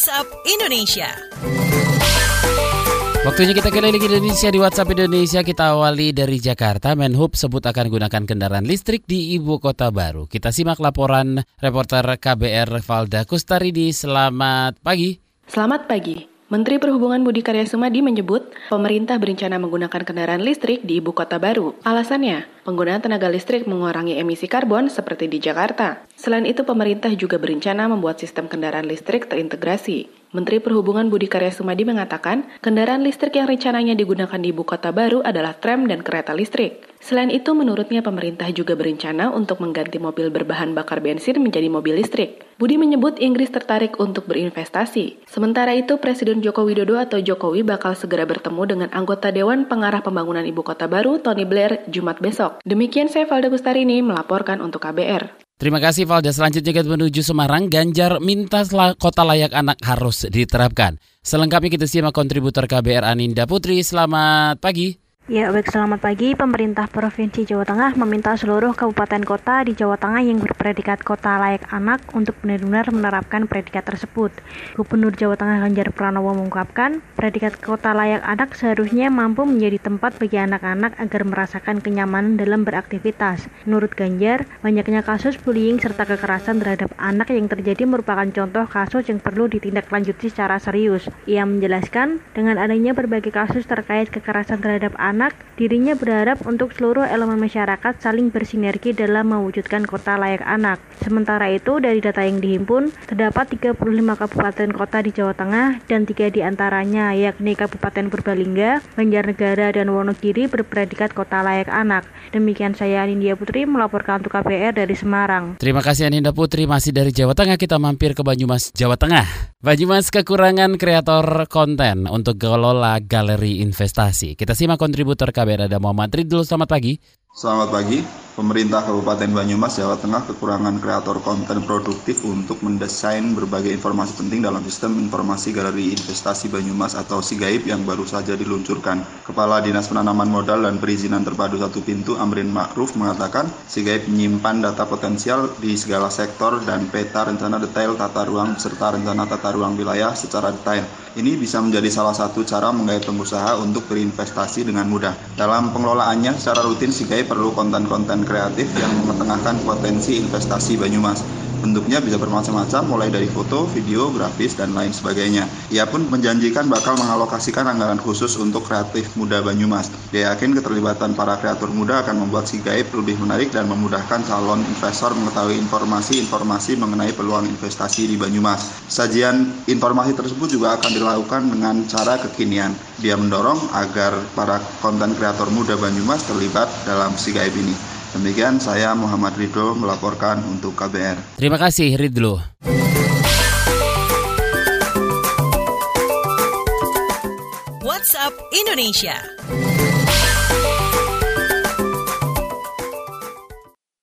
WhatsApp Indonesia. Waktunya kita keliling Indonesia di WhatsApp Indonesia. Kita awali dari Jakarta. Menhub sebut akan gunakan kendaraan listrik di ibu kota baru. Kita simak laporan reporter KBR Valda Kustarini. Selamat pagi. Selamat pagi. Menteri Perhubungan Budi Karya Sumadi menyebut pemerintah berencana menggunakan kendaraan listrik di ibu kota baru. Alasannya, penggunaan tenaga listrik mengurangi emisi karbon seperti di Jakarta. Selain itu, pemerintah juga berencana membuat sistem kendaraan listrik terintegrasi. Menteri Perhubungan Budi Karya Sumadi mengatakan, kendaraan listrik yang rencananya digunakan di ibu kota baru adalah tram dan kereta listrik. Selain itu, menurutnya pemerintah juga berencana untuk mengganti mobil berbahan bakar bensin menjadi mobil listrik. Budi menyebut Inggris tertarik untuk berinvestasi. Sementara itu, Presiden Joko Widodo atau Jokowi bakal segera bertemu dengan anggota Dewan Pengarah Pembangunan Ibu Kota Baru, Tony Blair, Jumat besok. Demikian saya Valda Kustarini melaporkan untuk KBR. Terima kasih Valda. Selanjutnya kita menuju Semarang. Ganjar minta kota layak anak harus diterapkan. Selengkapnya kita simak kontributor KBR Aninda Putri. Selamat pagi. Ya, baik, selamat pagi. Pemerintah Provinsi Jawa Tengah meminta seluruh kabupaten kota di Jawa Tengah yang berpredikat kota layak anak untuk benar-benar menerapkan predikat tersebut. Gubernur Jawa Tengah Ganjar Pranowo mengungkapkan, predikat kota layak anak seharusnya mampu menjadi tempat bagi anak-anak agar merasakan kenyamanan dalam beraktivitas. Menurut Ganjar, banyaknya kasus bullying serta kekerasan terhadap anak yang terjadi merupakan contoh kasus yang perlu ditindaklanjuti secara serius. Ia menjelaskan, dengan adanya berbagai kasus terkait kekerasan terhadap anak, dirinya berharap untuk seluruh elemen masyarakat saling bersinergi dalam mewujudkan kota layak anak. Sementara itu, dari data yang dihimpun, terdapat 35 kabupaten kota di Jawa Tengah dan 3 diantaranya, yakni Kabupaten Purbalingga, Banjarnegara, dan Wonogiri berpredikat kota layak anak. Demikian saya Aninda Putri melaporkan untuk KBR dari Semarang. Terima kasih Aninda Putri. Masih dari Jawa Tengah, kita mampir ke Banyumas, Jawa Tengah. Banyumas kekurangan kreator konten untuk kelola galeri investasi. Kita simak kontributor KBR ada Muhammad Ridul. Selamat pagi. Selamat pagi. Pemerintah Kabupaten Banyumas, Jawa Tengah kekurangan kreator konten produktif untuk mendesain berbagai informasi penting dalam sistem informasi galeri investasi Banyumas atau SIGAIP yang baru saja diluncurkan. Kepala Dinas Penanaman Modal dan Perizinan Terpadu Satu Pintu Amrin Ma'ruf mengatakan SIGAIP menyimpan data potensial di segala sektor dan peta rencana detail tata ruang beserta rencana tata ruang wilayah secara detail. Ini bisa menjadi salah satu cara menggait pengusaha untuk berinvestasi dengan mudah. Dalam pengelolaannya secara rutin SIGAIP perlu konten-konten kreatif yang mengetengahkan potensi investasi Banyumas. Bentuknya bisa bermacam-macam, mulai dari foto, video, grafis, dan lain sebagainya. Ia pun menjanjikan bakal mengalokasikan anggaran khusus untuk kreatif muda Banyumas. Dia yakin keterlibatan para kreator muda akan membuat SIGAIP lebih menarik dan memudahkan calon investor mengetahui informasi-informasi mengenai peluang investasi di Banyumas. Sajian informasi tersebut juga akan dilakukan dengan cara kekinian. Dia mendorong agar para konten kreator muda Banyumas terlibat dalam SIGAIP ini. Demikian saya Muhammad Ridho melaporkan untuk KBR. Terima kasih Ridho. WhatsApp Indonesia.